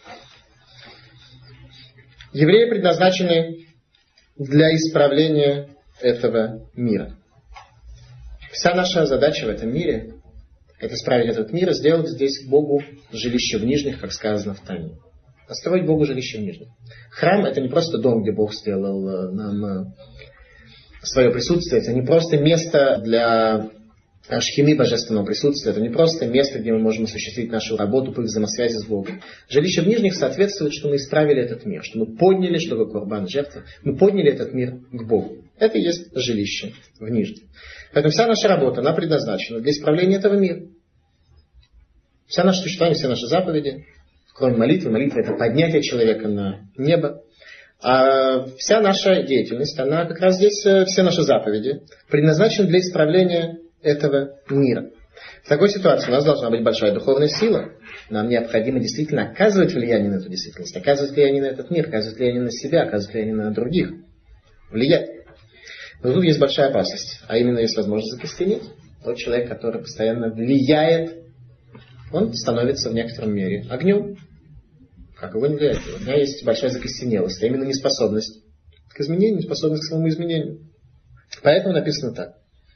Евреи предназначены для исправления этого мира. Вся наша задача в этом мире – это исправить этот мир и сделать здесь Богу жилище в нижних, как сказано в Тане. Построить Богу жилище в нижних. Храм – это не просто дом, где Бог сделал нам свое присутствие. Это не просто место для шхины божественного присутствия. Это не просто место, где мы можем осуществить нашу работу по взаимосвязи с Богом. Жилище в нижних соответствует, что мы исправили этот мир, что мы подняли, что такое курбан, жертва, мы подняли этот мир к Богу. Это и есть жилище в нижних. Поэтому вся наша работа, она предназначена для исправления этого мира. Вся наша существование, все наши заповеди, кроме молитвы, молитва – это поднятие человека на небо. А вся наша деятельность, она как раз здесь, все наши заповеди, предназначены для исправления этого мира. В такой ситуации у нас должна быть большая духовная сила. Нам необходимо действительно оказывать влияние на эту действительность, оказывать влияние на этот мир, оказывать влияние на себя, оказывать влияние на других. Влиять. Но тут есть большая опасность. А именно, есть возможность закостенеть. Тот человек, который постоянно влияет, он становится в некотором мере огнем. Как огонь влияет? У меня есть большая закостенелость, а именно неспособность к изменению, неспособность к самому изменению. Поэтому написано так.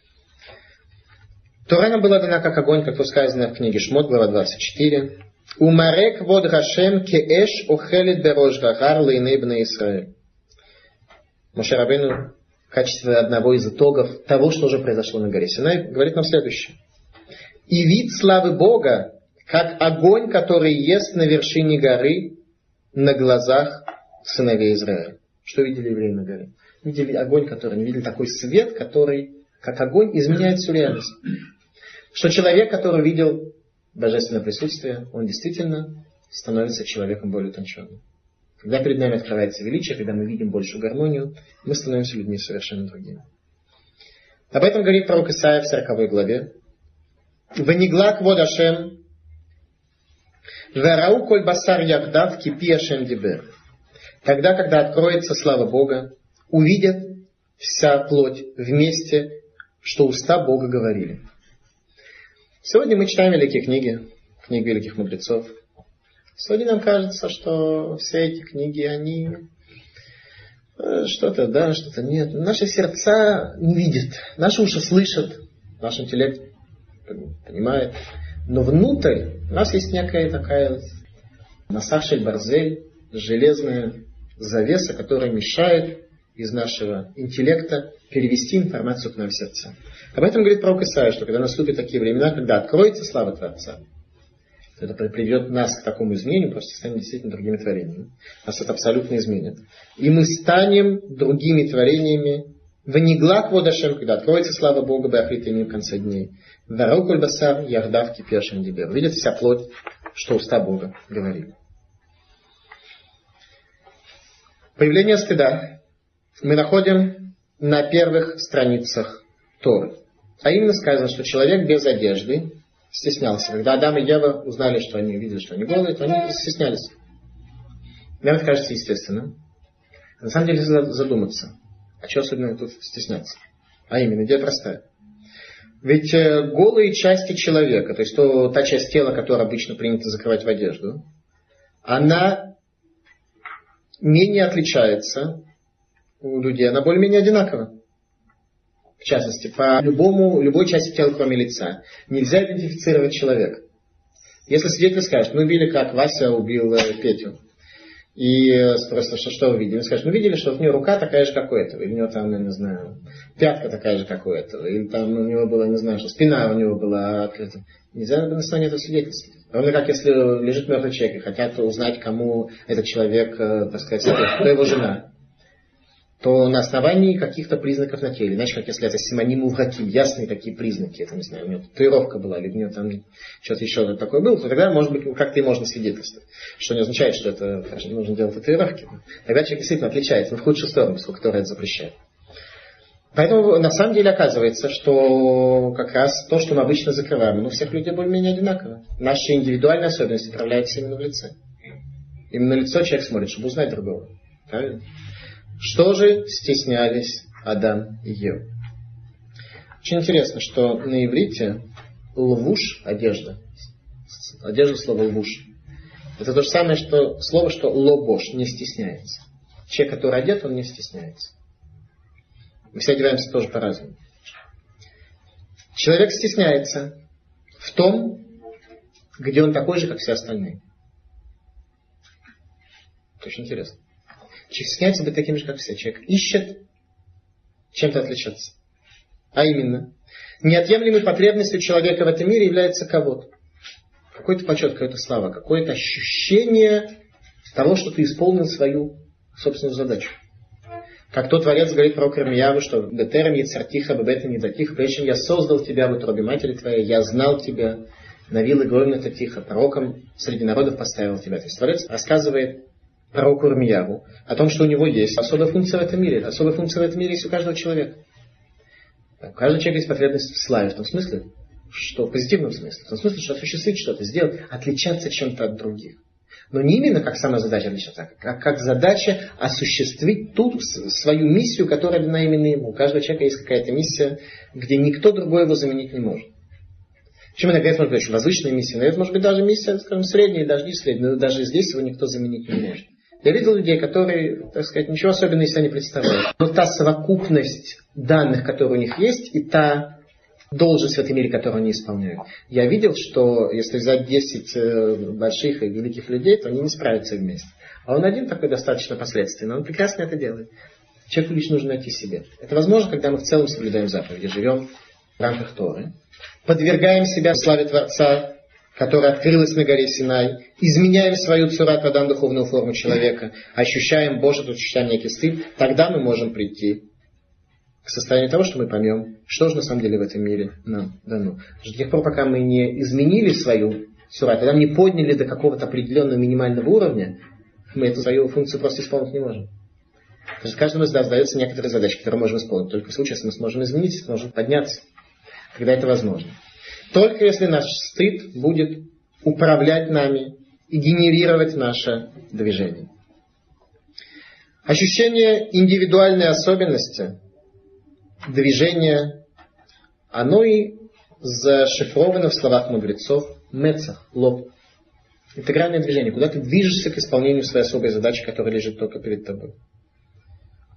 Тора нам была дана как огонь, как сказано в книге Шмот, глава 24. «Умарек вод Хашем кеэш охелит берош гагар лейней бней Исраэль». Моше Рабейну в качестве одного из итогов того, что уже произошло на горе Синай, говорит нам следующее. «И вид славы Бога, как огонь, который ест на вершине горы на глазах сыновей Израиля». Что видели евреи на горе? Видели огонь, который, не видели такой свет, который, как огонь, изменяет всю реальность. Что человек, который видел божественное присутствие, он действительно становится человеком более утонченным. Когда перед нами открывается величие, когда мы видим большую гармонию, мы становимся людьми совершенно другими. Об этом говорит пророк Исаия в 40 главе. «Венигла квод Ашем, верау коль басар ягдав кипи Ашем дибер». Тогда, когда откроется слава Бога, увидят вся плоть вместе, что уста Бога говорили. Сегодня мы читаем великие книги, книги великих мудрецов. Сегодня нам кажется, что все эти книги, они Что-то да, что-то нет. Наши сердца не видят, наши уши слышат, наш интеллект понимает. Но внутрь у нас есть некая такая насахшель барзель, железная завеса, которая мешает из нашего интеллекта перевести информацию к нам в сердца. Об этом говорит пророк Исайя, что когда наступят такие времена, когда откроется слава Творца, это приведет нас к такому изменению, просто станем действительно другими творениями. Нас это абсолютно изменит. И мы станем другими творениями. Ванигла кводашем, когда откроется слава Бога, бахритами в конце дней. Варокуль басар, яхдав кипешем дибер. Видит вся плоть, что уста Бога говорили. Появление стыда мы находим на первых страницах Торы. А именно сказано, что человек без одежды стеснялся. Когда Адам и Ева узнали, что они увидели, что они голые, то они стеснялись. Нам это кажется естественным. А на самом деле задуматься, а что особенно тут стесняться? А именно, идея простая. Ведь голые части человека, то есть та часть тела, которая обычно принято закрывать в одежду, она менее отличается у людей, она более-менее одинакова. В частности, по любой части тела, кроме лица. Нельзя идентифицировать человека. Если свидетель скажет, мы видели, как Вася убил Петю. И спросят, что вы видели? Он скажет, мы видели, что у него рука такая же, как у этого. Или у него там, я не знаю, пятка такая же, как у этого. Или там у него была, не знаю, что спина у него была открыта. Нельзя на основании этого свидетельствовать. Ровно как если лежит мертвый человек и хотят узнать, кому этот человек, так сказать, кто его жена, то на основании каких-то признаков на теле. Иначе, как если это симониму враким, ясные такие признаки, это, не знаю, у него татуировка была, или у него там что-то еще такое было, то тогда, может быть, как-то и можно свидетельствовать. Что не означает, что это нужно делать татуировки. Тогда человек действительно отличается, но в худшую сторону, поскольку Тора это запрещает. Поэтому, на самом деле, оказывается, что как раз то, что мы обычно закрываем, у всех людей более-менее одинаково. Наши индивидуальные особенности проявляются именно в лице. Именно лицо человек смотрит, чтобы узнать другого. Правильно? Что же стеснялись Адам и Ева? Очень интересно, что на иврите лвуш, одежда слово лвуш, это то же самое слово, что лобош, не стесняется. Человек, который одет, он не стесняется. Мы все одеваемся тоже по-разному. Человек стесняется в том, где он такой же, как все остальные. Это очень интересно. Человек стесняется быть таким же, как все. Человек ищет чем-то отличаться. А именно, неотъемлемой потребностью человека в этом мире является кого-то. Какой-то почет, какая-то слава, какое-то ощущение того, что ты исполнил свою собственную задачу. Как тот Творец говорит про Ирмияву, что «Бетерем яцартиха, бебетем недатиха», прежде чем я создал тебя в утробе матери твоей, я знал тебя, навил и гоем тихо, пророком среди народов поставил тебя. То есть Творец рассказывает пророку Ирмияву о том, что у него есть особая функция в этом мире. Особая функция в этом мире есть у каждого человека. У каждого человека есть потребность в славе, в том смысле, что в позитивном смысле, в том смысле, что осуществить что-то, сделать, отличаться чем-то от других. Но не именно как сама задача отличаться, а как задача осуществить ту свою миссию, которая дана именно ему. У каждого человека есть какая-то миссия, где никто другой его заменить не может. Причем иногда это может быть очень возвышенная миссия, но это может быть даже миссия, скажем, средняя, даже не средняя, но даже здесь его никто заменить не может. Я видел людей, которые, так сказать, ничего особенного из себя не представляют. Но та совокупность данных, которые у них есть, и та должность в этом мире, которую они исполняют. Я видел, что если взять 10 больших и великих людей, то они не справятся вместе. А он один такой достаточно последственный, он прекрасно это делает. Человеку лишь нужно найти себе. Это возможно, когда мы в целом соблюдаем заповеди, живем в рамках Торы, подвергаем себя славе Творца, которая открылась на горе Синай, изменяем свою цурат Адам, духовную форму человека, ощущаем Божий, ощущаем некий стыд, тогда мы можем прийти к состоянию того, что мы поймем, что же на самом деле в этом мире нам дано. До тех пор, пока мы не изменили свою цурат, когда мы не подняли до какого-то определенного минимального уровня, мы эту свою функцию просто исполнить не можем. Потому что каждому из нас дается некоторые задачи, которые мы можем исполнить. Только в случае, если мы сможем изменить, сможем подняться, когда это возможно. Только если наш стыд будет управлять нами и генерировать наше движение. Ощущение индивидуальной особенности движения, оно и зашифровано в словах мудрецов мецах, лоб. Интегральное движение, куда ты движешься к исполнению своей особой задачи, которая лежит только перед тобой.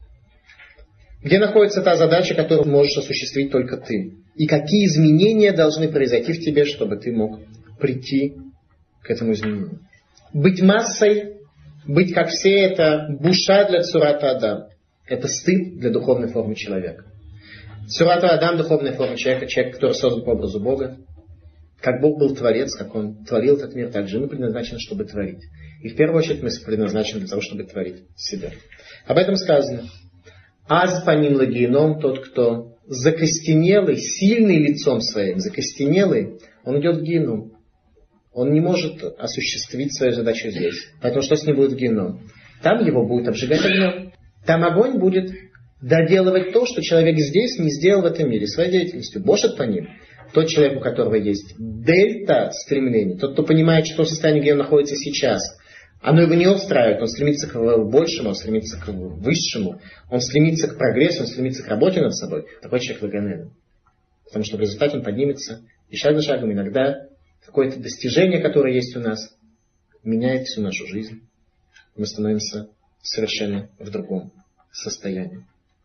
Где находится та задача, которую можешь осуществить только ты? И какие изменения должны произойти в тебе, чтобы ты мог прийти к этому изменению? Быть массой, быть как все, это буша для цурата Адам. Это стыд для духовной формы человека. Цурата Адам, духовная форма человека, человек, который создан по образу Бога. Как Бог был творец, как Он творил этот мир, так же мы предназначены, чтобы творить. И в первую очередь мы предназначены для того, чтобы творить себя. Об этом сказано. Аз паним лагиеном, тот, кто закостенелый, сильный лицом своим, закостенелый, он идет в геном. Он не может осуществить свою задачу здесь. Поэтому что с ним будет в геном? Там его будет обжигать огнем. Там огонь будет доделывать то, что человек здесь не сделал в этом мире своей деятельностью. Бошет по ним. Тот человек, у которого есть дельта стремлений, тот, кто понимает, что состояние, где он находится сейчас, оно его не устраивает, он стремится к большему, он стремится к высшему, он стремится к прогрессу, он стремится к работе над собой. Такой человек лаганен. Потому что в результате он поднимется, и шаг за шагом иногда какое-то достижение, которое есть у нас, меняет всю нашу жизнь. Мы становимся совершенно в другом состоянии.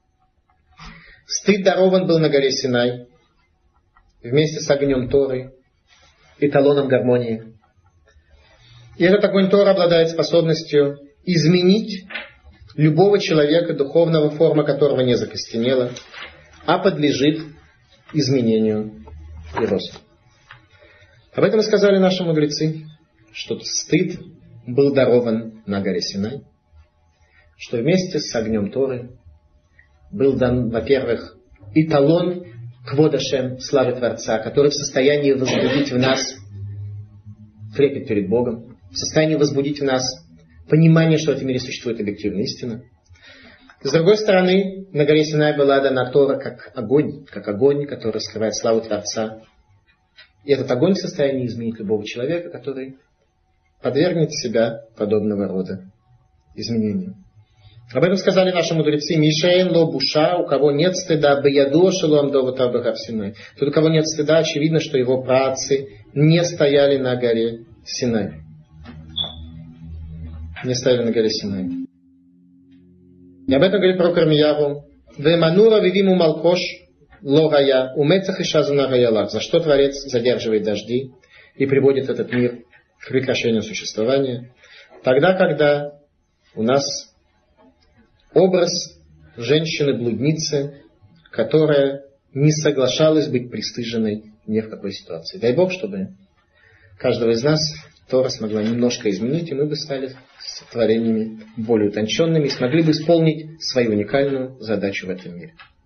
Стыд дарован был на горе Синай вместе с огнем Торы, эталоном гармонии. И этот огонь Тора обладает способностью изменить любого человека, духовного форма которого не закостенела, а подлежит изменению и росту. Об этом и сказали наши мудрецы, что стыд был дарован на горе Синай, что вместе с огнем Торы был дан, во-первых, эталон Квод Ашем, славы Творца, который в состоянии возбудить в нас трепет перед Богом, в состоянии возбудить в нас понимание, что в этом мире существует объективная истина. С другой стороны, на горе Синай была дана Тора как огонь, который раскрывает славу Творца. И этот огонь в состоянии изменить любого человека, который подвергнет себя подобного рода изменениям. Об этом сказали наши мудрецы. Мишейн ло буша, у кого нет стыда, беядо шелом довата бхав-Синай. Тут у кого нет стыда, очевидно, что его праотцы не стояли на горе Синай. Не стояли на горе Синай. И об этом говорит пророк Ирмияву. Веманура вивиму малкош логая, умецах и шазуна гаялах. За что Творец задерживает дожди и приводит этот мир к прекращению существования? Тогда, когда у нас образ женщины-блудницы, которая не соглашалась быть пристыженной ни в какой ситуации. Дай Бог, чтобы каждого из нас Тора смогла немножко изменить, и мы бы стали творениями более утонченными и смогли бы исполнить свою уникальную задачу в этом мире.